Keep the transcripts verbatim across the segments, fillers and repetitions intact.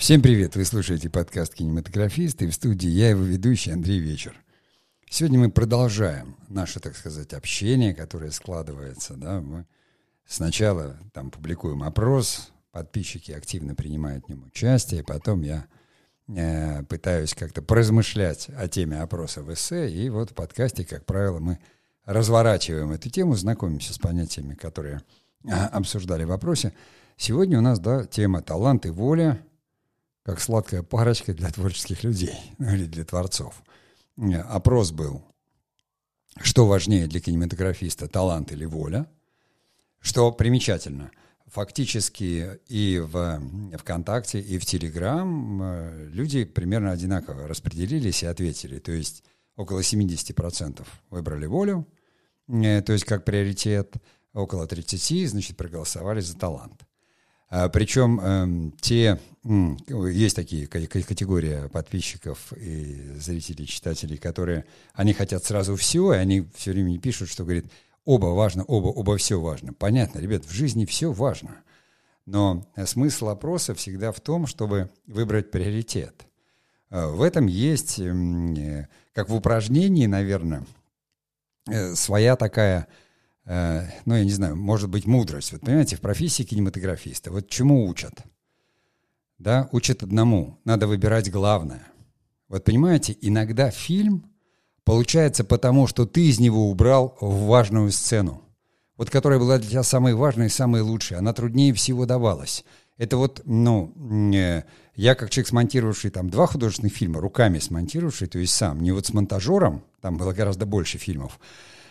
Всем привет! Вы слушаете подкаст «Кинематографист», и в студии я, его ведущий Андрей Вечер. Сегодня мы продолжаем наше, так сказать, общение, которое складывается. Да? Мы сначала там публикуем опрос, подписчики активно принимают в нем участие, потом я э, пытаюсь как-то поразмышлять о теме опроса в эссе, и вот в подкасте, как правило, мы разворачиваем эту тему, знакомимся с понятиями, которые э, обсуждали в опросе. Сегодня у нас, да, тема «Талант и воля», как сладкая парочка для творческих людей, ну, или для творцов. Опрос был, что важнее для кинематографиста, талант или воля. Что примечательно, фактически и в ВКонтакте, и в Телеграм люди примерно одинаково распределились и ответили. То есть около семьдесят процентов выбрали волю, то есть как приоритет, около тридцать процентов, значит, проголосовали за талант. Причем э, те, э, есть такие категории подписчиков и зрителей, читателей, которые, они хотят сразу все, и они все время пишут, что, говорит, оба важно, оба, оба все важно. Понятно, ребят, в жизни все важно, но смысл опроса всегда в том, чтобы выбрать приоритет. В этом есть, э, как в упражнении, наверное, э, своя такая... ну, я не знаю, может быть, мудрость. Вот понимаете, в профессии кинематографиста, вот чему учат? Да, учат одному. Надо выбирать главное. Вот понимаете, иногда фильм получается потому, что ты из него убрал важную сцену. Вот которая была для тебя самой важной и самой лучшей. Она труднее всего давалась. Это вот, ну, я как человек, смонтировавший там два художественных фильма, руками смонтировавший, то есть сам, не вот с монтажером, там было гораздо больше фильмов.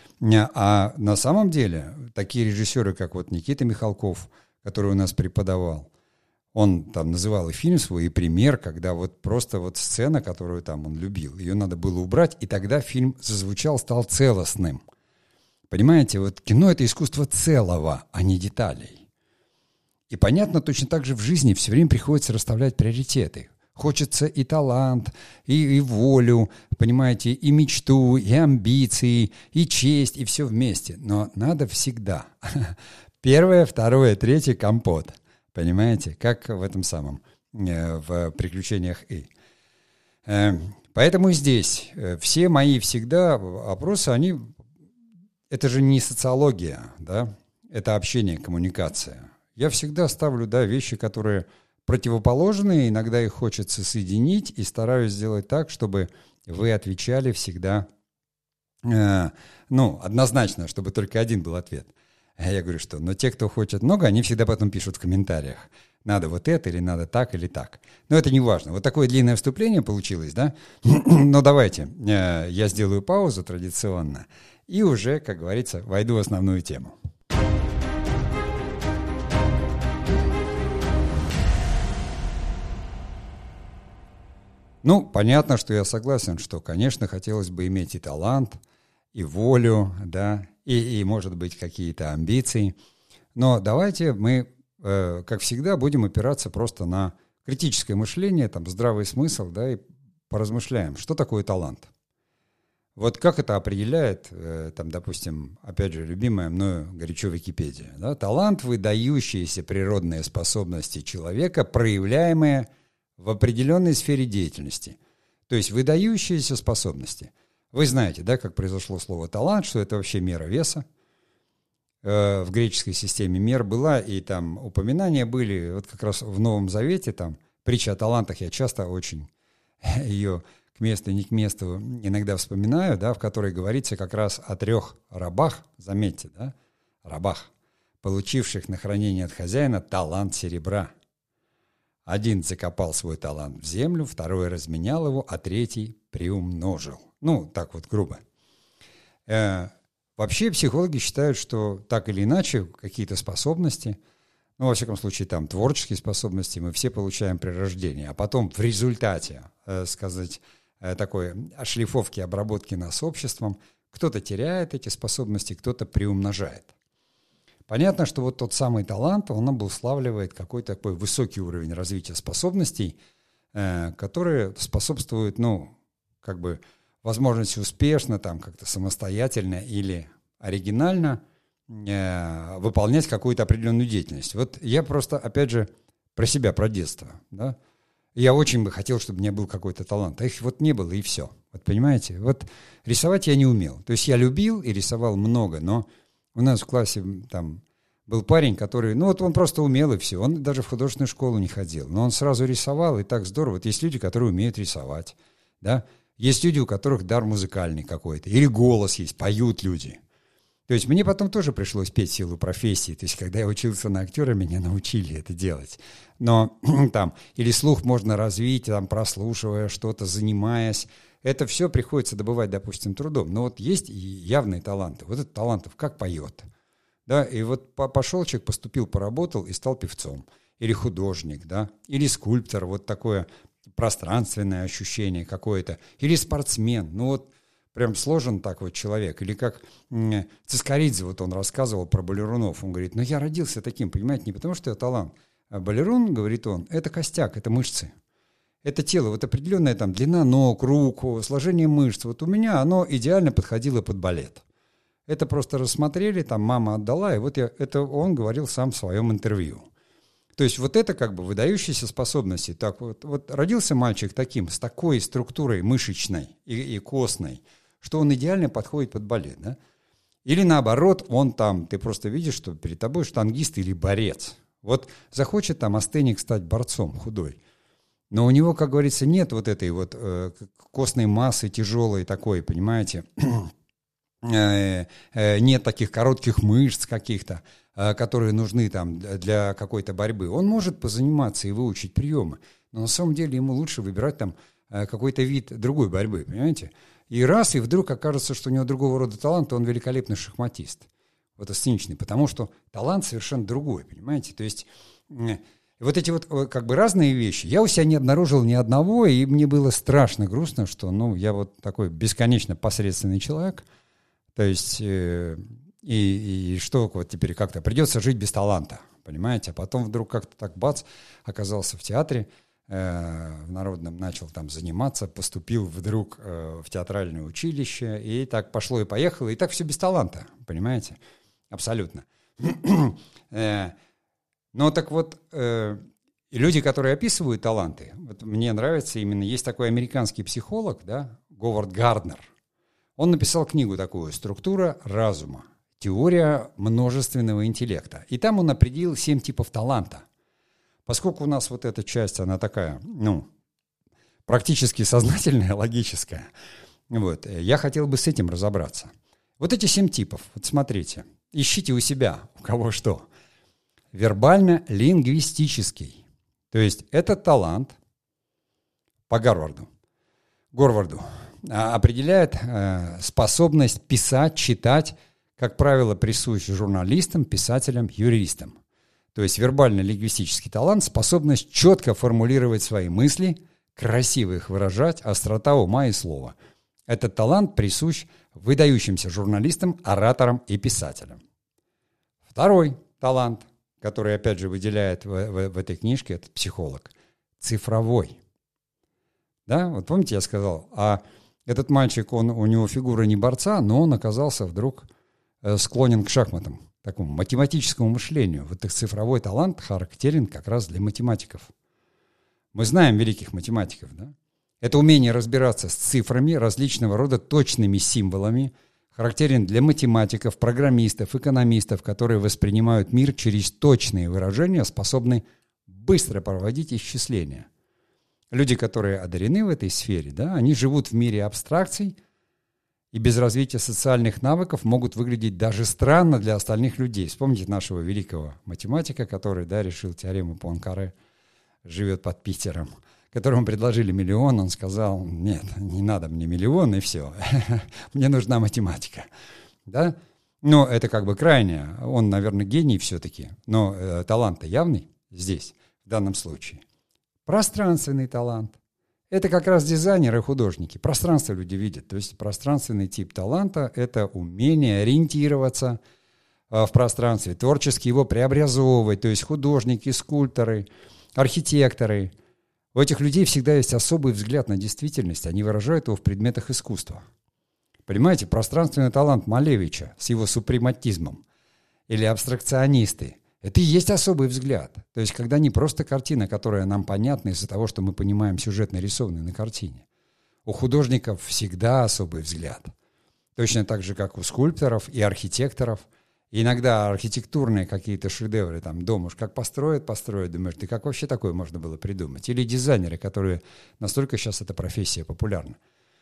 А на самом деле такие режиссеры, как вот Никита Михалков, который у нас преподавал, он там называл и фильм свой, и пример, когда вот просто вот сцена, которую там он любил, ее надо было убрать, и тогда фильм зазвучал, стал целостным. Понимаете, вот кино — это искусство целого, а не деталей. И понятно, точно так же в жизни все время приходится расставлять приоритеты. Хочется и талант, и, и волю, понимаете, и мечту, и амбиции, и честь, и все вместе. Но надо всегда. Первое, второе, третье — компот. Понимаете, как в этом самом, в «Приключениях И». Поэтому здесь все мои всегда опросы, они... Это же не социология, да? Это общение, коммуникация. Я всегда ставлю, да, вещи, которые... противоположные, иногда их хочется соединить, и стараюсь сделать так, чтобы вы отвечали всегда, э, ну, однозначно, чтобы только один был ответ. Я говорю, что, но те, кто хочет много, они всегда потом пишут в комментариях, надо вот это, или надо так, или так. Но это не важно. Вот такое длинное вступление получилось, да? Но давайте, э, я сделаю паузу традиционно, и уже, как говорится, войду в основную тему. Ну, понятно, что я согласен, что, конечно, хотелось бы иметь и талант, и волю, да, и, и может быть, какие-то амбиции. Но давайте мы, э, как всегда, будем опираться просто на критическое мышление, там, здравый смысл, да, и поразмышляем, что такое талант. Вот как это определяет, э, там, допустим, опять же, любимая мною горячо Википедия. Да? Талант — выдающиеся природные способности человека, проявляемые в определенной сфере деятельности. То есть выдающиеся способности. Вы знаете, да, как произошло слово «талант», что это вообще мера веса. Э, в греческой системе мер была, и там упоминания были, вот как раз в Новом Завете, там, притча о талантах, я часто очень ее к месту и не к месту иногда вспоминаю, да, в которой говорится как раз о трех рабах, заметьте, да, рабах, получивших на хранение от хозяина талант серебра. Один закопал свой талант в землю, второй разменял его, а третий приумножил. Ну, так вот грубо. Э, вообще психологи считают, что так или иначе какие-то способности, ну, во всяком случае, там, творческие способности мы все получаем при рождении, а потом в результате, э, сказать, э, такой ошлифовки, обработки нас обществом, кто-то теряет эти способности, кто-то приумножает. Понятно, что вот тот самый талант, он обуславливает какой-то такой высокий уровень развития способностей, э, которые способствуют, ну, как бы, возможности успешно, там, как-то самостоятельно или оригинально э, выполнять какую-то определенную деятельность. Вот я просто, опять же, про себя, про детство, да. Я очень бы хотел, чтобы у меня был какой-то талант, а их вот не было, и все. Вот понимаете? Вот рисовать я не умел. То есть я любил и рисовал много, но у нас в классе там был парень, который, ну вот он просто умел, и все. Он даже в художественную школу не ходил, но он сразу рисовал, и так здорово. Вот есть люди, которые умеют рисовать, да? Есть люди, у которых дар музыкальный какой-то, или голос есть, поют люди. То есть мне потом тоже пришлось петь в силу профессии. То есть когда я учился на актера, меня научили это делать. Но там или слух можно развить, там, прослушивая что-то, занимаясь. Это все приходится добывать, допустим, трудом. Но вот есть и явные таланты. Вот этот талантов как поет. Да? И вот пошел человек, поступил, поработал и стал певцом. Или художник, да? Или скульптор. Вот такое пространственное ощущение какое-то. Или спортсмен. Ну вот прям сложен так вот человек. Или как Цискоридзе, вот он рассказывал про балерунов. Он говорит, ну я родился таким, понимаете, не потому что я талант. А балерун, говорит он, это костяк, это мышцы. Это тело, вот определенная там длина ног, рук, сложение мышц. Вот у меня оно идеально подходило под балет. Это просто рассмотрели, там мама отдала, и вот я, это он говорил сам в своем интервью. То есть вот это как бы выдающиеся способности. Так вот, вот родился мальчик таким, с такой структурой мышечной и, и костной, что он идеально подходит под балет, да? Или наоборот, он там, ты просто видишь, что перед тобой штангист или борец. Вот захочет там астеник стать борцом худой, но у него, как говорится, нет вот этой вот э, костной массы тяжелой такой, понимаете, э, э, нет таких коротких мышц каких-то, э, которые нужны там для какой-то борьбы. Он может позаниматься и выучить приемы, но на самом деле ему лучше выбирать там э, какой-то вид другой борьбы, понимаете? И раз, и вдруг окажется, что у него другого рода талант, он великолепный шахматист. Вот сценичный, потому что талант совершенно другой, понимаете? То есть э, вот эти вот как бы разные вещи. Я у себя не обнаружил ни одного, и мне было страшно грустно, что, ну, я вот такой бесконечно посредственный человек. То есть, э, и, и что вот теперь как-то придется жить без таланта, понимаете? А потом вдруг как-то так бац, оказался в театре, э, в Народном начал там заниматься, поступил вдруг э, в театральное училище, и так пошло и поехало, и так все без таланта, понимаете? Абсолютно. Но так вот, э, люди, которые описывают таланты, вот мне нравится именно, есть такой американский психолог, да, Говард Гарднер. Он написал книгу такую «Структура разума. Теория множественного интеллекта». И там он определил семь типов таланта. Поскольку у нас вот эта часть, она такая, ну, практически сознательная, логическая, вот, я хотел бы с этим разобраться. Вот эти семь типов, вот смотрите, ищите у себя, у кого что. Вербально-лингвистический. То есть это талант по Гарварду, Горварду определяет э, способность писать, читать, как правило, присущ журналистам, писателям, юристам. То есть вербально-лингвистический талант, способность четко формулировать свои мысли, красиво их выражать, острота ума и слова. Этот талант присущ выдающимся журналистам, ораторам и писателям. Второй талант, который, опять же, выделяет в, в, в этой книжке, это психолог, цифровой. Да, вот помните, я сказал, а этот мальчик, он, у него фигура не борца, но он оказался вдруг э, склонен к шахматам, такому математическому мышлению. Вот их цифровой талант характерен как раз для математиков. Мы знаем великих математиков, да? Это умение разбираться с цифрами, различного рода точными символами, характерен для математиков, программистов, экономистов, которые воспринимают мир через точные выражения, способны быстро проводить исчисления. Люди, которые одарены в этой сфере, да, они живут в мире абстракций и без развития социальных навыков могут выглядеть даже странно для остальных людей. Вспомните нашего великого математика, который, да, решил теорему Пуанкаре, живет под Питером, которому предложили миллион, он сказал, нет, не надо мне миллион, и все, мне нужна математика, да? Но это как бы крайнее, он, наверное, гений все-таки, но э, талант-то явный здесь, в данном случае. Пространственный талант. Это как раз дизайнеры и художники. Пространство люди видят, то есть пространственный тип таланта – это умение ориентироваться э, в пространстве, творчески его преобразовывать, то есть художники, скульпторы, архитекторы. У этих людей всегда есть особый взгляд на действительность, они выражают его в предметах искусства. Понимаете, пространственный талант Малевича с его супрематизмом или абстракционисты Это и есть особый взгляд. То есть, когда не просто картина, которая нам понятна из-за того, что мы понимаем сюжет, нарисованный на картине. У художников всегда особый взгляд. Точно так же, как у скульпторов и архитекторов. И иногда архитектурные какие-то шедевры, там, дом уж как построят, построят, думаешь, ты как вообще такое можно было придумать? Или дизайнеры, которые настолько сейчас эта профессия популярна.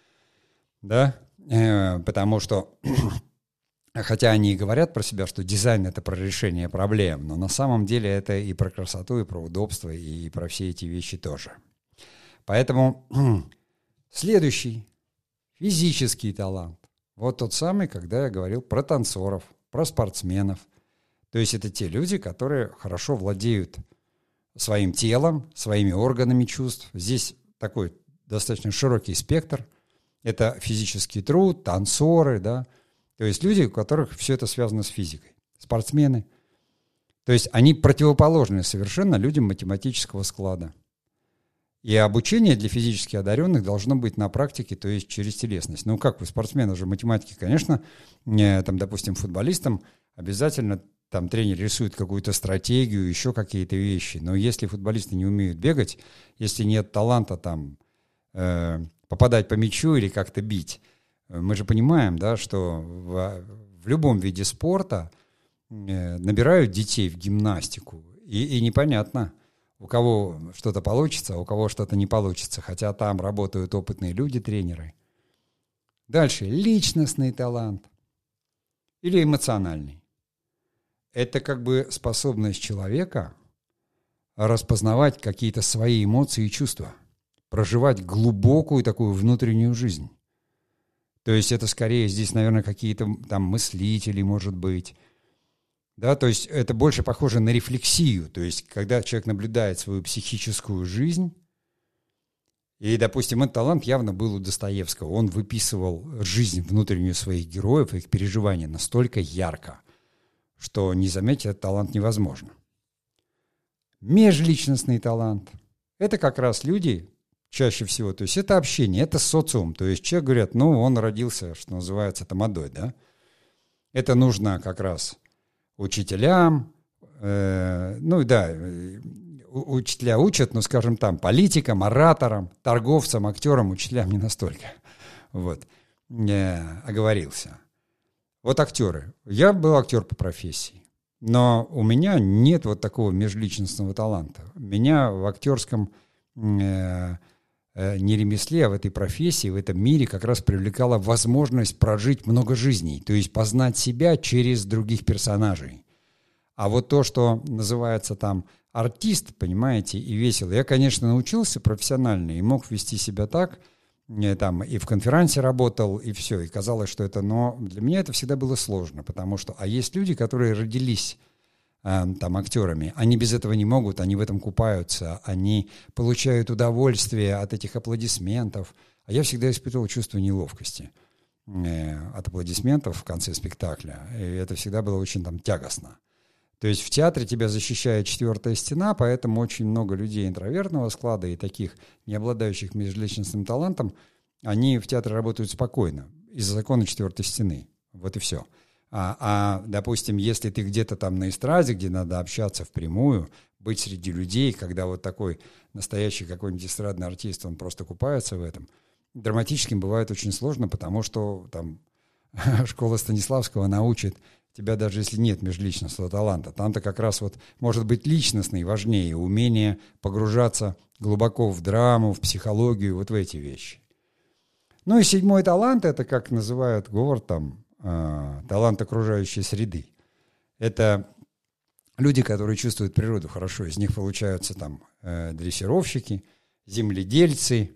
Да? Э, потому что, хотя они и говорят про себя, что дизайн — это про решение проблем, но на самом деле это и про красоту, и про удобство, и про все эти вещи тоже. Поэтому следующий — физический талант. Вот тот самый, когда я говорил про танцоров, про спортсменов. То есть это те люди, которые хорошо владеют своим телом, своими органами чувств. Здесь такой достаточно широкий спектр. Это физический труд, танцоры, да. То есть люди, у которых все это связано с физикой. Спортсмены. То есть они противоположны совершенно людям математического склада. И обучение для физически одаренных должно быть на практике, то есть через телесность. Ну как, у спортсменов же математики, конечно, там, допустим, футболистам обязательно там тренер рисует какую-то стратегию, еще какие-то вещи. Но если футболисты не умеют бегать, если нет таланта там э, попадать по мячу или как-то бить, мы же понимаем, да, что в, в любом виде спорта э, набирают детей в гимнастику, и, и непонятно, у кого что-то получится, а у кого что-то не получится, хотя там работают опытные люди, тренеры. Дальше, личностный талант или эмоциональный. Это как бы способность человека распознавать какие-то свои эмоции и чувства, проживать глубокую такую внутреннюю жизнь. То есть это скорее здесь, наверное, какие-то там мыслители, может быть. Да, то есть это больше похоже на рефлексию. То есть когда человек наблюдает свою психическую жизнь, и, допустим, этот талант явно был у Достоевского. Он выписывал жизнь внутреннюю своих героев, их переживания настолько ярко, что не заметить этот талант невозможно. Межличностный талант – это как раз люди чаще всего, то есть это общение, это социум. То есть человек говорит, ну, он родился, что называется, тамадой, да? Это нужно как раз учителям, э, ну да, учителя учат, ну, скажем там, политикам, ораторам, торговцам, актерам, учителям не настолько. Вот. Не оговорился. Вот актеры. Я был актер по профессии, но у меня нет вот такого межличностного таланта. Меня в актерском э, э, не ремесле, а в этой профессии, в этом мире как раз привлекала возможность прожить много жизней, то есть познать себя через других персонажей. А вот то, что называется там артист, понимаете, и весело. Я, конечно, научился профессионально и мог вести себя так, я там и в конференции работал, и все, и казалось, что это, но для меня это всегда было сложно, потому что, а есть люди, которые родились э, там актерами, они без этого не могут, они в этом купаются, они получают удовольствие от этих аплодисментов, а я всегда испытывал чувство неловкости э, от аплодисментов в конце спектакля, и это всегда было очень там тягостно. То есть в театре тебя защищает четвертая стена, поэтому очень много людей интровертного склада и таких, не обладающих межличностным талантом, они в театре работают спокойно из-за закона четвертой стены. Вот и все. А, а, допустим, если ты где-то там на эстраде, где надо общаться впрямую, быть среди людей, когда вот такой настоящий какой-нибудь эстрадный артист, он просто купается в этом, драматическим бывает очень сложно, потому что там школа Станиславского научит тебя, даже если нет межличностного таланта. Там-то как раз вот может быть личностный важнее, умение погружаться глубоко в драму, в психологию, вот в эти вещи. Ну и седьмой талант, это, как называют Говард, там, э, талант окружающей среды. Это люди, которые чувствуют природу хорошо. Из них получаются там э, дрессировщики, земледельцы,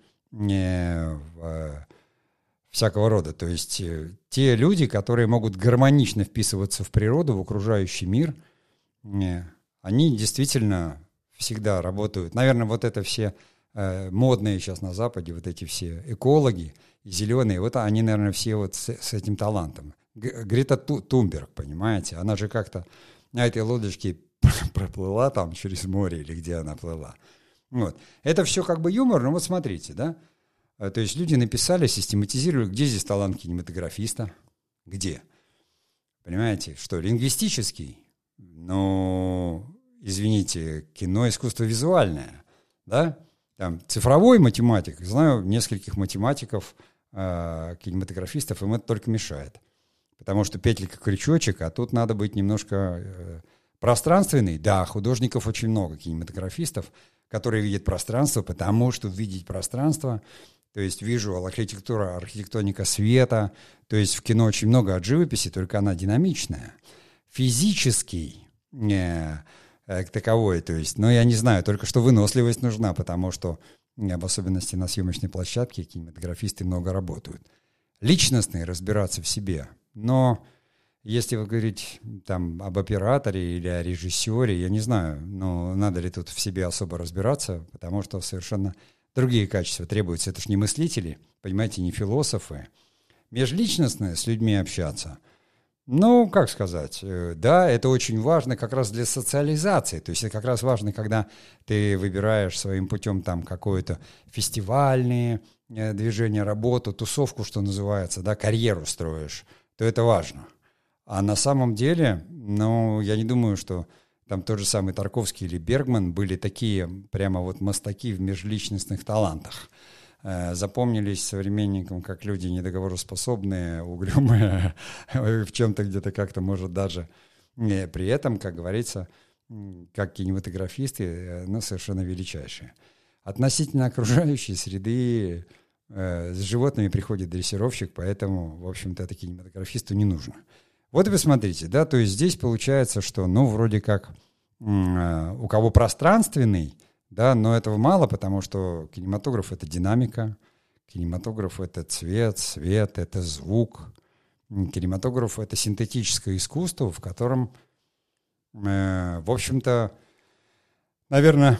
э, э, всякого рода. То есть э, те люди, которые могут гармонично вписываться в природу, в окружающий мир, э, они действительно всегда работают. Наверное, вот это все э, модные сейчас на Западе, вот эти все экологи и зеленые, вот они, наверное, все вот с, с этим талантом. Г- Грета Тунберг, понимаете, она же как-то на этой лодочке проплыла там через море или где она плыла. Вот. Это все как бы юмор, но вот смотрите, да, то есть люди написали, систематизировали, где здесь талант кинематографиста, где? Понимаете, что лингвистический? ну, извините, кино — искусство визуальное, да? Там цифровой математик, знаю нескольких математиков, э, кинематографистов, им это только мешает. Потому что петелька-крючочек, а тут надо быть немножко э, пространственный. Да, художников очень много, кинематографистов, которые видят пространство, потому что видеть пространство, то есть вижу архитектура, архитектоника света, то есть в кино очень много от живописи, только она динамичная. Физический э, э, таковой, то есть, но я не знаю, только что выносливость нужна, потому что э, в особенности на съемочной площадке кинематографисты много работают. Личностные разбираться в себе, но если вы говорите там об операторе или о режиссере, я не знаю, но надо ли тут в себе особо разбираться, потому что совершенно другие качества требуются. Это ж не мыслители, понимаете, не философы. Межличностное, с людьми общаться. Ну, как сказать, да, это очень важно как раз для социализации. То есть это как раз важно, когда ты выбираешь своим путем там какое-то фестивальное движение, работу, тусовку, что называется, да, карьеру строишь, то это важно. А на самом деле, ну, я не думаю, что там тот же самый Тарковский или Бергман были такие прямо вот мастаки в межличностных талантах. Э, запомнились современникам как люди недоговороспособные, угрюмые, в чем-то где-то как-то, может, даже э, при этом, как говорится, как кинематографисты, э, ну, совершенно величайшие. Относительно окружающей среды э, с животными приходит дрессировщик, поэтому, в общем-то, это кинематографисту не нужно. Вот и посмотрите, да, то есть здесь получается, что, ну, вроде как м- у кого пространственный, да, но этого мало, потому что кинематограф — это динамика, кинематограф — это цвет, свет, это звук, кинематограф — это синтетическое искусство, в котором, э, в общем-то, наверное,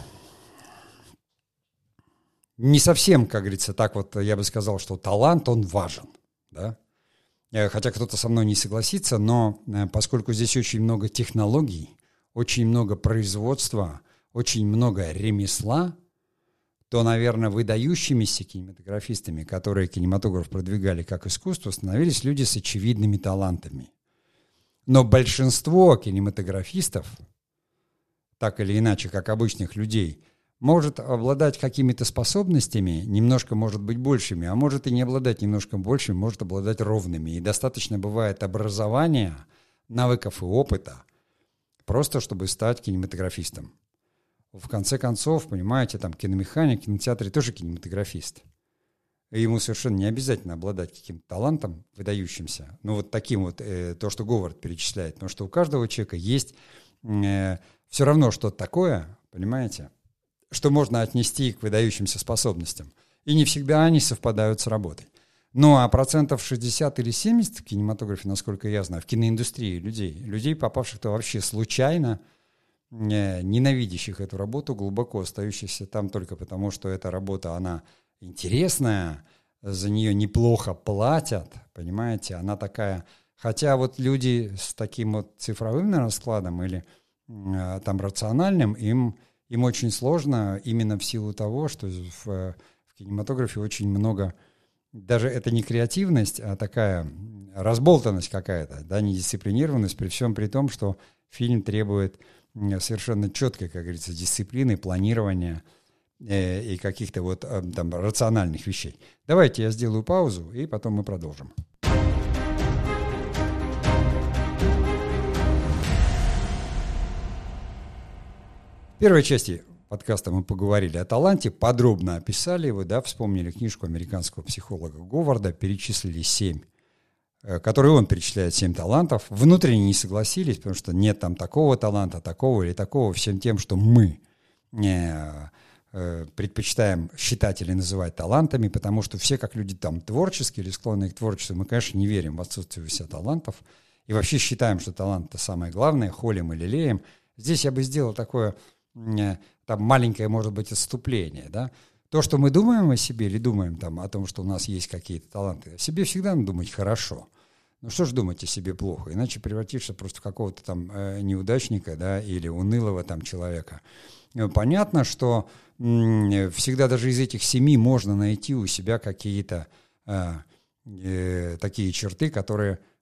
не совсем, как говорится, так вот я бы сказал, что талант, он важен, да. Хотя кто-то со мной не согласится, но поскольку здесь очень много технологий, очень много производства, очень много ремесла, то, наверное, выдающимися кинематографистами, которые кинематограф продвигали как искусство, становились люди с очевидными талантами. Но большинство кинематографистов, так или иначе, как обычных людей, может обладать какими-то способностями, немножко может быть большими, а может и не обладать немножко большими, может обладать ровными. И достаточно бывает образования, навыков и опыта, просто чтобы стать кинематографистом. В конце концов, понимаете, там киномеханик в кинотеатре тоже кинематографист. И ему совершенно не обязательно обладать каким-то талантом выдающимся. Ну вот таким вот, э, то, что Говард перечисляет. Потому что у каждого человека есть э, все равно что-то такое, понимаете, что можно отнести к выдающимся способностям. И не всегда они совпадают с работой. Ну, а процентов шестьдесят или семьдесят в кинематографе, насколько я знаю, в киноиндустрии людей, людей, попавших туда вообще случайно, не, ненавидящих эту работу, глубоко остающихся там только потому, что эта работа, она интересная, за нее неплохо платят, понимаете, она такая... Хотя вот люди с таким вот цифровым раскладом или э, там рациональным, им... Им очень сложно именно в силу того, что в, в кинематографе очень много, даже это не креативность, а такая разболтанность какая-то, да, недисциплинированность, при всем при том, что фильм требует совершенно четкой, как говорится, дисциплины, планирования э, и каких-то вот э, там рациональных вещей. Давайте я сделаю паузу, и потом мы продолжим. В первой части подкаста мы поговорили о таланте, подробно описали его, да, вспомнили книжку американского психолога Говарда, перечислили семь, которые он перечисляет, семь талантов. Внутренне не согласились, потому что нет там такого таланта, такого или такого, всем тем, что мы э, э, предпочитаем считать или называть талантами, потому что все, как люди там творческие или склонные к творчеству, мы, конечно, не верим в отсутствие у себя талантов и вообще считаем, что талант — это самое главное, холим или леем. Здесь я бы сделал такое... там маленькое, может быть, отступление, да. То, что мы думаем о себе или думаем там о том, что у нас есть какие-то таланты, о себе всегда надо думать хорошо. Ну что ж думать о себе плохо, иначе превратишься просто в какого-то там э, неудачника, да, или унылого там человека. Понятно, что м- всегда даже из этих семи можно найти у себя какие-то э, э, такие черты, которые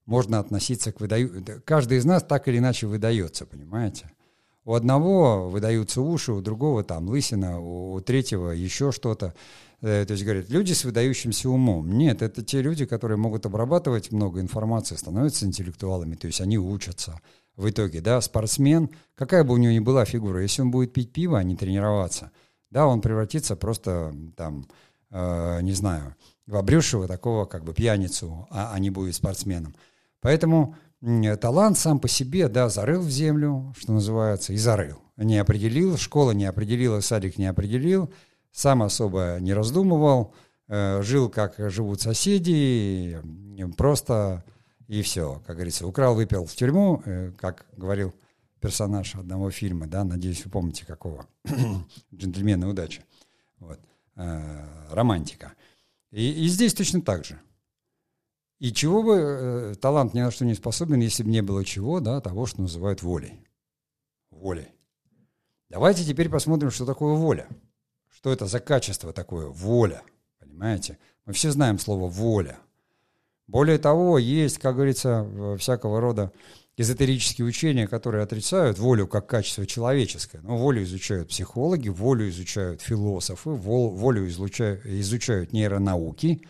можно относиться к выдаю... Каждый из нас так или иначе выдается, понимаете? У одного выдаются уши, у другого там лысина, у, у третьего еще что-то. То есть, говорят, люди с выдающимся умом. Нет, это те люди, которые могут обрабатывать много информации, становятся интеллектуалами, то есть они учатся в итоге. Да, спортсмен, какая бы у него ни была фигура, если он будет пить пиво, а не тренироваться, да, он превратится просто, там, э, не знаю, в обрюзшего такого как бы пьяницу, а, а не будет спортсменом. Поэтому э, талант сам по себе, да, зарыл в землю, что называется, и зарыл. Не определил, школа не определила, садик не определил, сам особо не раздумывал, э, жил, как живут соседи, просто и все, как говорится. Украл, выпил в тюрьму, э, как говорил персонаж одного фильма, да, надеюсь, вы помните какого. «Джентльмены удачи». Вот. Э, романтика. И, и здесь точно так же. И чего бы э, талант ни на что не способен, если бы не было чего, да, того, что называют волей. Волей. Давайте теперь посмотрим, что такое воля. Что это за качество такое? Воля. Понимаете? Мы все знаем слово «воля». Более того, есть, как говорится, всякого рода эзотерические учения, которые отрицают волю как качество человеческое. Но волю изучают психологи, волю изучают философы, волю изучают, изучают нейронауки.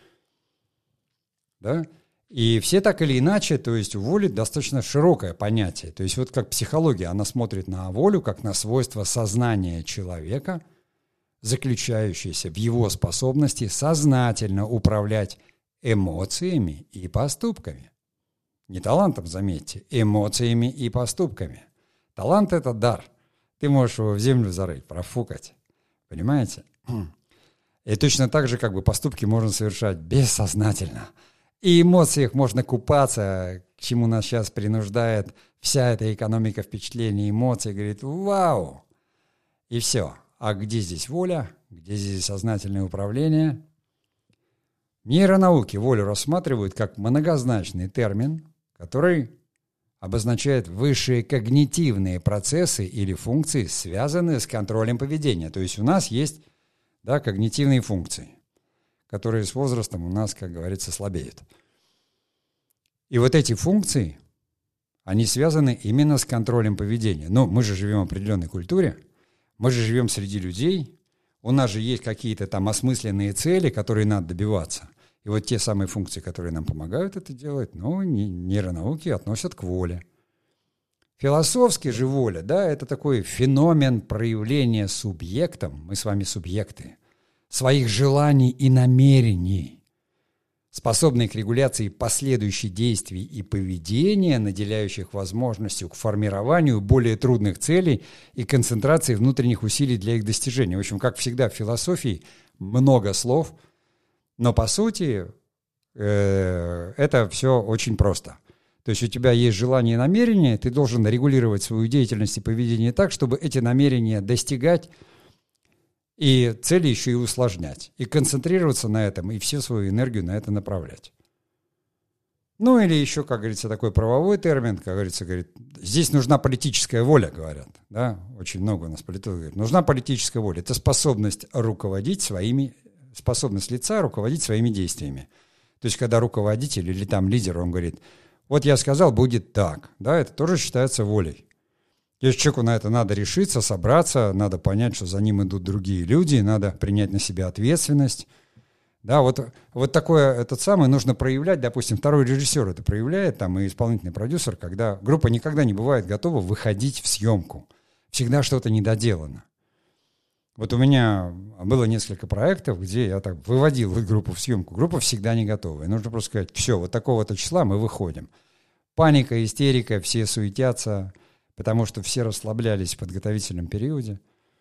Да? И все так или иначе, то есть у воли достаточно широкое понятие. То есть вот как психология, она смотрит на волю как на свойство сознания человека, заключающееся в его способности сознательно управлять эмоциями и поступками. Не талантом, заметьте, эмоциями и поступками. Талант — это дар. Ты можешь его в землю зарыть, профукать. Понимаете? И точно так же как бы поступки можно совершать бессознательно. И эмоциях можно купаться, к чему нас сейчас принуждает вся эта экономика впечатлений, эмоций. Говорит, вау! И все. А где здесь воля? Где здесь сознательное управление? Нейронауки волю рассматривают как многозначный термин, который обозначает высшие когнитивные процессы или функции, связанные с контролем поведения. То есть у нас есть, да, когнитивные функции, которые с возрастом у нас, как говорится, слабеют. И вот эти функции, они связаны именно с контролем поведения. Но мы же живем в определенной культуре, мы же живем среди людей, у нас же есть какие-то там осмысленные цели, которые надо добиваться. И вот те самые функции, которые нам помогают это делать, ну, нейронауки относят к воле. Философски же воля, да, это такой феномен проявления субъектом, мы с вами субъекты, своих желаний и намерений, способные к регуляции последующих действий и поведения, наделяющих возможностью к формированию более трудных целей и концентрации внутренних усилий для их достижения. В общем, как всегда в философии, много слов, но по сути э, это все очень просто. То есть у тебя есть желание и намерение, ты должен регулировать свою деятельность и поведение так, чтобы эти намерения достигать и цели еще и усложнять, и концентрироваться на этом, и всю свою энергию на это направлять. Ну или еще, как говорится, такой правовой термин, как говорится, говорит, здесь нужна политическая воля, говорят. Да? Очень много у нас политологов говорит. Нужна политическая воля. Это способность руководить своими, способность лица руководить своими действиями. То есть когда руководитель или там лидер, он говорит, вот я сказал, будет так. Да? Это тоже считается волей. Если человеку на это надо решиться, собраться, надо понять, что за ним идут другие люди, надо принять на себя ответственность. Да, вот, вот такое, этот самый нужно проявлять, допустим, второй режиссер это проявляет, там, и исполнительный продюсер, когда группа никогда не бывает готова выходить в съемку. Всегда что-то недоделано. Вот у меня было несколько проектов, где я так выводил группу в съемку. Группа всегда не готова. И нужно просто сказать, все, вот такого-то числа мы выходим. Паника, истерика, все суетятся, потому что все расслаблялись в подготовительном периоде.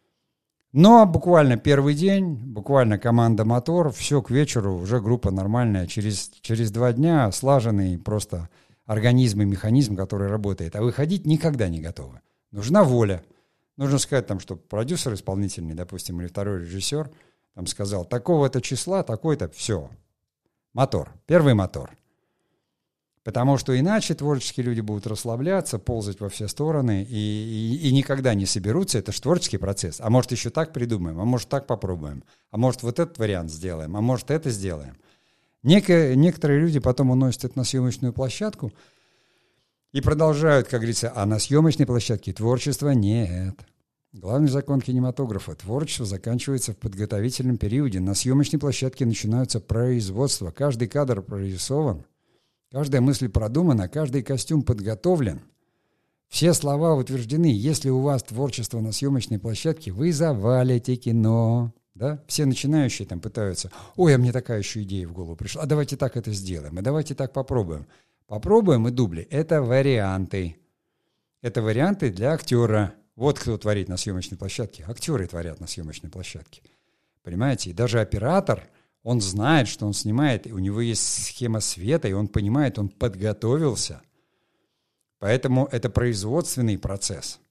Но буквально первый день, буквально команда «Мотор», все, к вечеру уже группа нормальная. Через, через два дня слаженный просто организм и механизм, который работает. А выходить никогда не готовы. Нужна воля. Нужно сказать, там, что продюсер исполнительный, допустим, или второй режиссер там сказал, такого-то числа, такой-то, все. Мотор. Первый мотор. Потому что иначе творческие люди будут расслабляться, ползать во все стороны и, и, и никогда не соберутся. Это же творческий процесс. А может, еще так придумаем, а может, так попробуем. А может, вот этот вариант сделаем, а может, это сделаем. Неко, некоторые люди потом уносят это на съемочную площадку и продолжают, как говорится, а на съемочной площадке творчества нет. Главный закон кинематографа. Творчество заканчивается в подготовительном периоде. На съемочной площадке начинаются производства. Каждый кадр прорисован, каждая мысль продумана, каждый костюм подготовлен. Все слова утверждены. Если у вас творчество на съемочной площадке, вы завалите кино. Да? Все начинающие там пытаются, ой, а мне такая еще идея в голову пришла, а давайте так это сделаем, и давайте так попробуем. Попробуем и дубли. Это варианты. Это варианты для актера. Вот кто творит на съемочной площадке. Актеры творят на съемочной площадке. Понимаете? И даже оператор, он знает, что он снимает, и у него есть схема света, и он понимает, он подготовился. Поэтому это производственный процесс.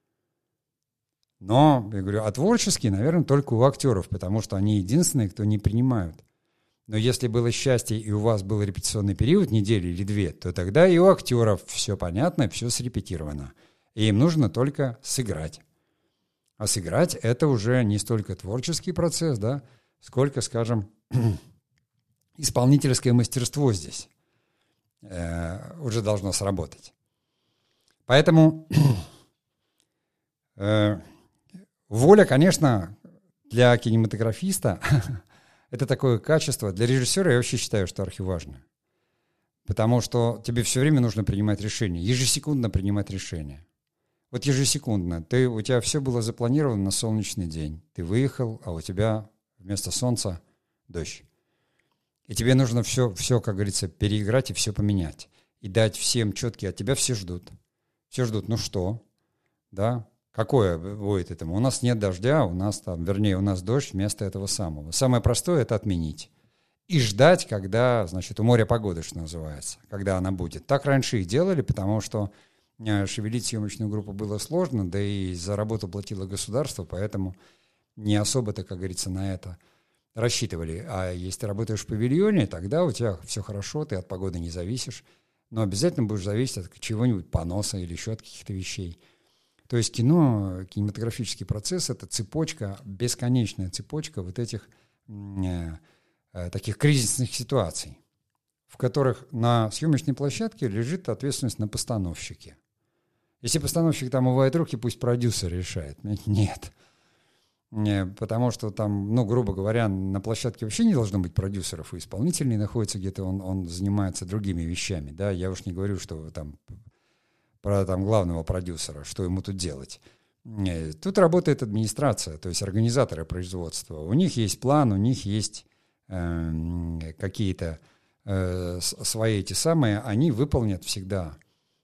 Но, я говорю, а творческий, наверное, только у актеров, потому что они единственные, кто не принимают. Но если было счастье, и у вас был репетиционный период, недели или две, то тогда и у актеров все понятно, все срепетировано. И им нужно только сыграть. А сыграть — это уже не столько творческий процесс, да, сколько, скажем, исполнительское мастерство здесь э, уже должно сработать. Поэтому э, воля, конечно, для кинематографиста это такое качество. Для режиссера я вообще считаю, что архиважно. Потому что тебе все время нужно принимать решения, ежесекундно принимать решения. Вот ежесекундно. Ты, у тебя все было запланировано на солнечный день. Ты выехал, а у тебя вместо солнца дождь. И тебе нужно все, все, как говорится, переиграть и все поменять. И дать всем четкие, от тебя все ждут. Все ждут, ну что, да, какое будет этому? У нас нет дождя, у нас там, вернее, у нас дождь вместо этого самого. Самое простое — это отменить. И ждать, когда, значит, у моря погода, что называется, когда она будет. Так раньше и делали, потому что шевелить съемочную группу было сложно, да и за работу платило государство, поэтому не особо-то, как говорится, на это рассчитывали. А если ты работаешь в павильоне, тогда у тебя все хорошо, ты от погоды не зависишь, но обязательно будешь зависеть от чего-нибудь, поноса или еще от каких-то вещей. То есть кино, кинематографический процесс — это цепочка, бесконечная цепочка вот этих э, э, таких кризисных ситуаций, в которых на съемочной площадке лежит ответственность на постановщике. Если постановщик там умывает руки, пусть продюсер решает. Нет. Потому что там, ну, грубо говоря, на площадке вообще не должно быть продюсеров, и исполнительный находится где-то, он, он занимается другими вещами. Да? Я уж не говорю, что там про там, главного продюсера, что ему тут делать. Тут работает администрация, то есть организаторы производства. У них есть план, у них есть э, какие-то э, свои эти самые, они выполнят всегда.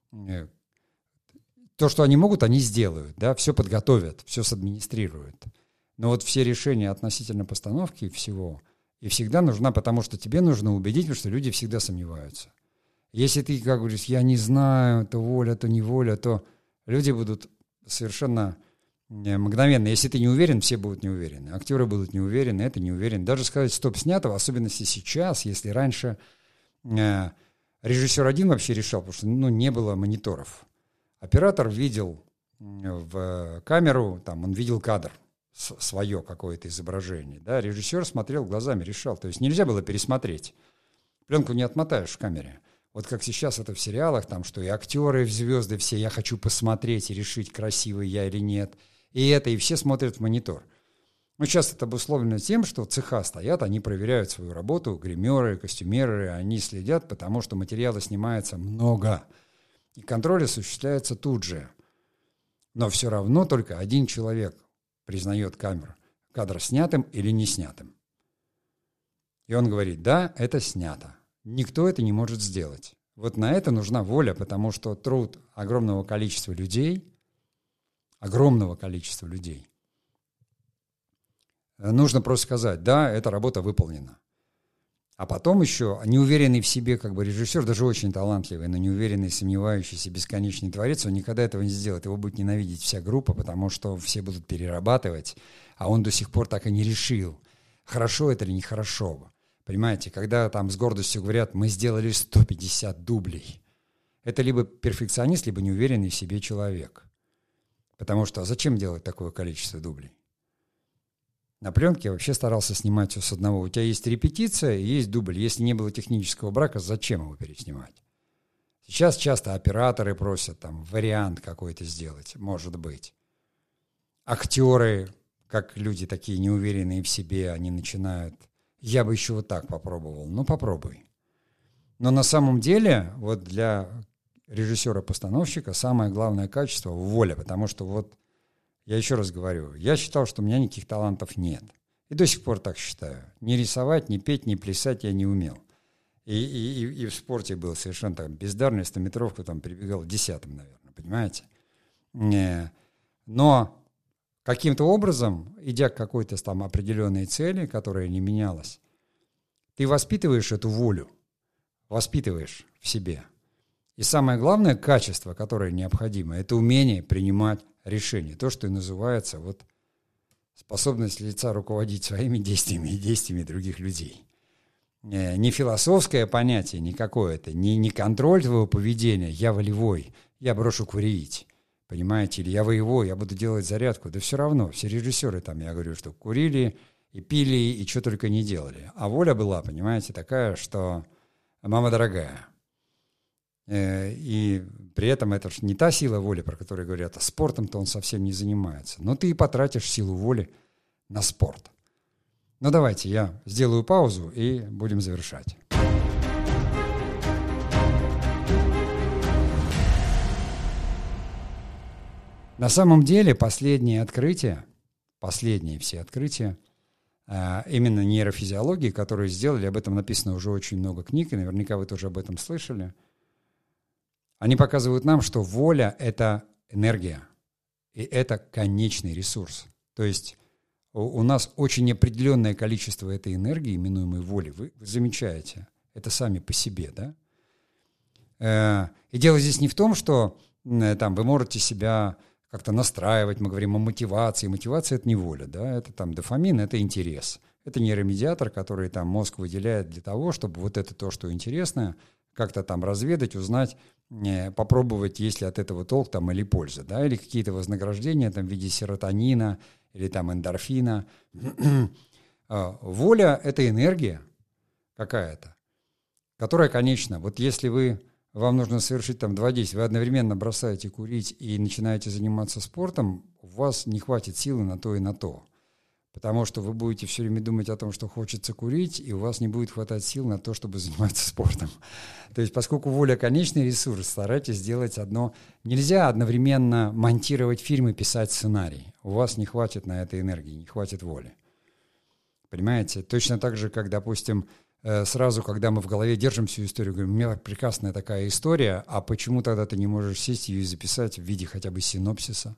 То, что они могут, они сделают, да, все подготовят, все садминистрируют. Но вот все решения относительно постановки всего и всегда нужна, потому что тебе нужно убедить, потому что люди всегда сомневаются. Если ты, как говоришь, я не знаю, то воля, то не воля, то люди будут совершенно мгновенно. Если ты не уверен, все будут не уверены. Актеры будут не уверены, это не уверен. Даже сказать «стоп, снято», в особенности сейчас, если раньше э, режиссер один вообще решал, потому что ну, не было мониторов. Оператор видел в камеру, там, он видел кадр, свое какое-то изображение. Да? Режиссер смотрел глазами, решал. То есть нельзя было пересмотреть. Пленку не отмотаешь в камере. Вот как сейчас это в сериалах, там, что и актеры, и звезды все, я хочу посмотреть и решить, красивый я или нет. И это, и все смотрят в монитор. Но сейчас это обусловлено тем, что цеха стоят, они проверяют свою работу, гримеры, костюмеры, они следят, потому что материала снимается много. И контроль осуществляется тут же. Но все равно только один человек признает камеру, кадр снятым или не снятым. И он говорит, да, это снято. Никто это не может сделать. Вот на это нужна воля, потому что труд огромного количества людей, огромного количества людей, нужно просто сказать, да, эта работа выполнена. А потом еще неуверенный в себе как бы режиссер, даже очень талантливый, но неуверенный, сомневающийся, бесконечный творец, он никогда этого не сделает. Его будет ненавидеть вся группа, потому что все будут перерабатывать, а он до сих пор так и не решил, хорошо это или нехорошо. Понимаете, когда там с гордостью говорят, мы сделали сто пятьдесят дублей, это либо перфекционист, либо неуверенный в себе человек. Потому что зачем делать такое количество дублей? На пленке я вообще старался снимать все с одного. У тебя есть репетиция и есть дубль. Если не было технического брака, зачем его переснимать? Сейчас часто операторы просят там вариант какой-то сделать, может быть. Актеры, как люди такие неуверенные в себе, они начинают, я бы еще вот так попробовал. Ну, попробуй. Но на самом деле, вот для режиссера-постановщика самое главное качество — воля, потому что вот, я еще раз говорю, я считал, что у меня никаких талантов нет. И до сих пор так считаю. Ни рисовать, ни петь, ни плясать я не умел. И, и, и, и в спорте был совершенно так бездарный, стометровку там перебегал десятым, наверное, понимаете? Но каким-то образом, идя к какой-то там определенной цели, которая не менялась, ты воспитываешь эту волю, воспитываешь в себе. И самое главное качество, которое необходимо, это умение принимать решения. То, что и называется вот способность лица руководить своими действиями и действиями других людей. Не философское понятие никакое это, не, не контроль твоего поведения, я волевой, я брошу курить, понимаете, или я воевой, я буду делать зарядку. Да все равно, все режиссеры там, я говорю, что курили и пили, и что только не делали. А воля была, понимаете, такая, что мама дорогая. И при этом это же не та сила воли, про которую говорят, а спортом-то он совсем не занимается. Но ты и потратишь силу воли на спорт. Ну давайте я сделаю паузу и будем завершать. На самом деле последние открытия, последние все открытия, именно нейрофизиологии, которые сделали, об этом написано уже очень много книг, и наверняка вы тоже об этом слышали, они показывают нам, что воля — это энергия, и это конечный ресурс. То есть у нас очень неопределенное количество этой энергии, именуемой воли, вы, вы замечаете, это сами по себе, да? И дело здесь не в том, что там, вы можете себя как-то настраивать, мы говорим о мотивации. Мотивация — это не воля, да? Это там дофамин, это интерес. Это нейромедиатор, который там мозг выделяет для того, чтобы вот это то, что интересно, как-то там разведать, узнать, попробовать, есть ли от этого толк там или польза, да? Или какие-то вознаграждения там в виде серотонина, или там эндорфина. Воля — это энергия какая-то, которая конечна. Вот если вы, вам нужно совершить там два действия, вы одновременно бросаете курить и начинаете заниматься спортом, у вас не хватит силы на то и на то. Потому что вы будете все время думать о том, что хочется курить, и у вас не будет хватать сил на то, чтобы заниматься спортом. То есть, поскольку воля — конечный ресурс, старайтесь сделать одно. Нельзя одновременно монтировать фильм и писать сценарий. У вас не хватит на это энергии, не хватит воли. Понимаете? Точно так же, как, допустим, сразу, когда мы в голове держим всю историю, говорим, у меня прекрасная такая история, а почему тогда ты не можешь сесть ее и записать в виде хотя бы синопсиса?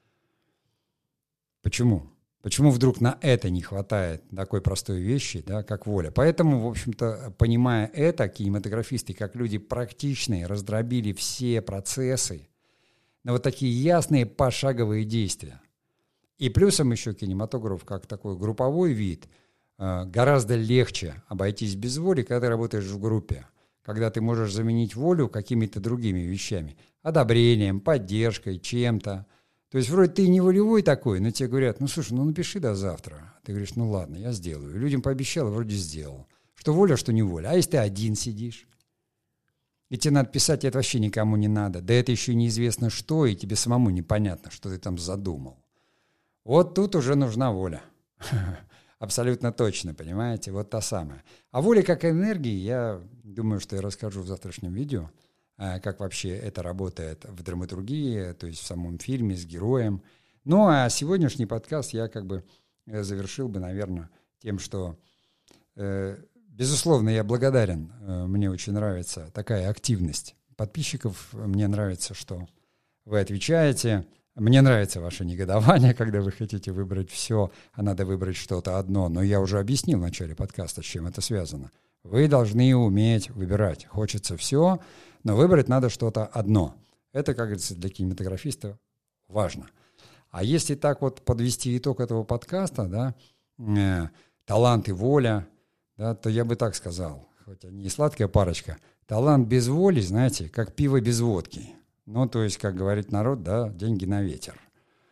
Почему? Почему вдруг на это не хватает такой простой вещи, да, как воля? Поэтому, в общем-то, понимая это, кинематографисты, как люди практичные, раздробили все процессы на вот такие ясные пошаговые действия. И плюсом еще кинематограф, как такой групповой вид, гораздо легче обойтись без воли, когда ты работаешь в группе, когда ты можешь заменить волю какими-то другими вещами, одобрением, поддержкой, чем-то. То есть вроде ты не волевой такой, но тебе говорят, ну слушай, ну напиши до завтра. Ты говоришь, ну ладно, я сделаю. И людям пообещал, вроде сделал. Что воля, что не воля. А если ты один сидишь? И тебе надо писать, это вообще никому не надо. Да это еще неизвестно что, и тебе самому непонятно, что ты там задумал. Вот тут уже нужна воля. Абсолютно точно, понимаете? Вот та самая. А воля как энергии, я думаю, что я расскажу в завтрашнем видео, как вообще это работает в драматургии, то есть в самом фильме с героем. Ну, а сегодняшний подкаст я как бы завершил бы, наверное, тем, что, э, безусловно, я благодарен. Мне очень нравится такая активность подписчиков. Мне нравится, что вы отвечаете. Мне нравится ваше негодование, когда вы хотите выбрать все, а надо выбрать что-то одно. Но я уже объяснил в начале подкаста, с чем это связано. Вы должны уметь выбирать. Хочется все, но выбрать надо что-то одно. Это, как говорится, для кинематографиста важно. А если так вот подвести итог этого подкаста, да, э, талант и воля, да, то я бы так сказал, хоть они и сладкая парочка, талант без воли, знаете, как пиво без водки. Ну, то есть, как говорит народ, да, деньги на ветер.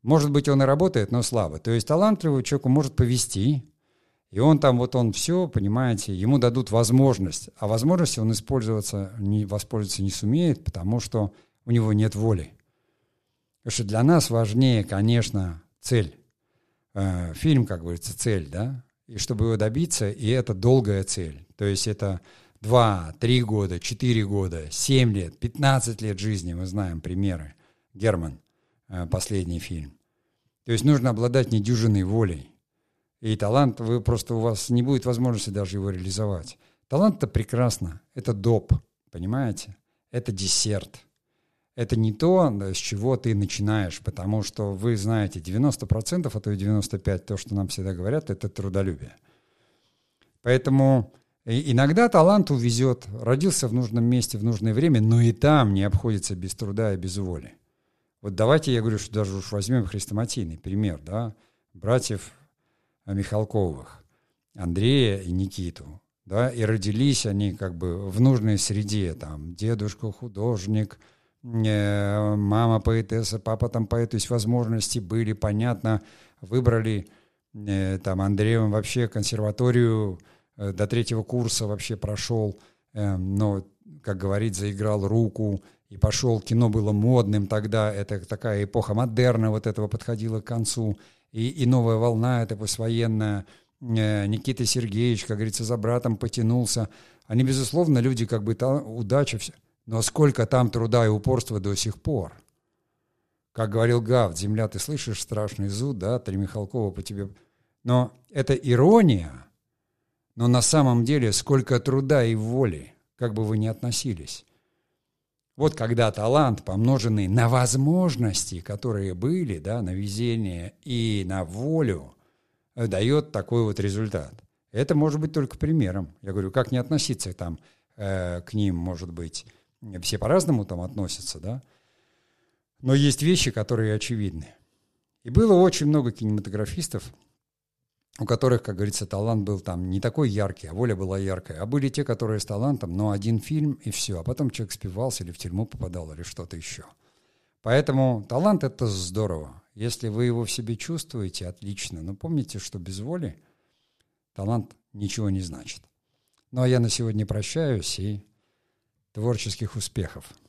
Может быть, он и работает, но слабо. То есть талантливого человеку может повезти, и он там вот он все, понимаете, ему дадут возможность, а возможности он использоваться, не, воспользоваться не сумеет, потому что у него нет воли. Потому что для нас важнее, конечно, цель. Э, фильм, как говорится, цель, да? И чтобы его добиться, и это долгая цель. То есть это два, три года, четыре года, семь лет, пятнадцать лет жизни, мы знаем примеры. Герман, э, последний фильм. То есть нужно обладать недюжинной волей. И талант, вы просто, у вас не будет возможности даже его реализовать. Талант — это прекрасно, это доп, понимаете? Это десерт. Это не то, с чего ты начинаешь, потому что вы знаете, девяносто процентов, а то и девяносто пять процентов, то, что нам всегда говорят, это трудолюбие. Поэтому иногда талант увезет, родился в нужном месте в нужное время, но и там не обходится без труда и без воли. Вот давайте, я говорю, что даже уж возьмем хрестоматийный пример, да, братьев Михалковых, Андрея и Никиту, да, и родились они как бы в нужной среде, там, дедушка художник, э, мама поэтесса, папа там поэт, то есть возможности были, понятно, выбрали, э, там, Андрей, он вообще консерваторию э, до третьего курса вообще прошел, э, но, как говорит, заиграл руку, и пошел, кино было модным тогда, это такая эпоха модерна вот этого подходила к концу, и, и новая волна, это послевоенная, Никита Сергеевич, как говорится, за братом потянулся. Они, безусловно, люди, как бы, та, удача, все. Но сколько там труда и упорства до сих пор. Как говорил Гафт, земля, ты слышишь страшный зуд, да, Три Михалкова по тебе. Но это ирония, но на самом деле сколько труда и воли, как бы вы ни относились. Вот когда талант, помноженный на возможности, которые были, да, на везение и на волю, дает такой вот результат. Это может быть только примером. Я говорю, как не относиться там э, к ним, может быть, все по-разному там относятся, да, но есть вещи, которые очевидны. И было очень много кинематографистов, у которых, как говорится, талант был там не такой яркий, а воля была яркая. А были те, которые с талантом, но один фильм и все. А потом человек спивался или в тюрьму попадал, или что-то еще. Поэтому талант — это здорово. Если вы его в себе чувствуете, отлично. Но помните, что без воли талант ничего не значит. Ну а я на сегодня прощаюсь и творческих успехов.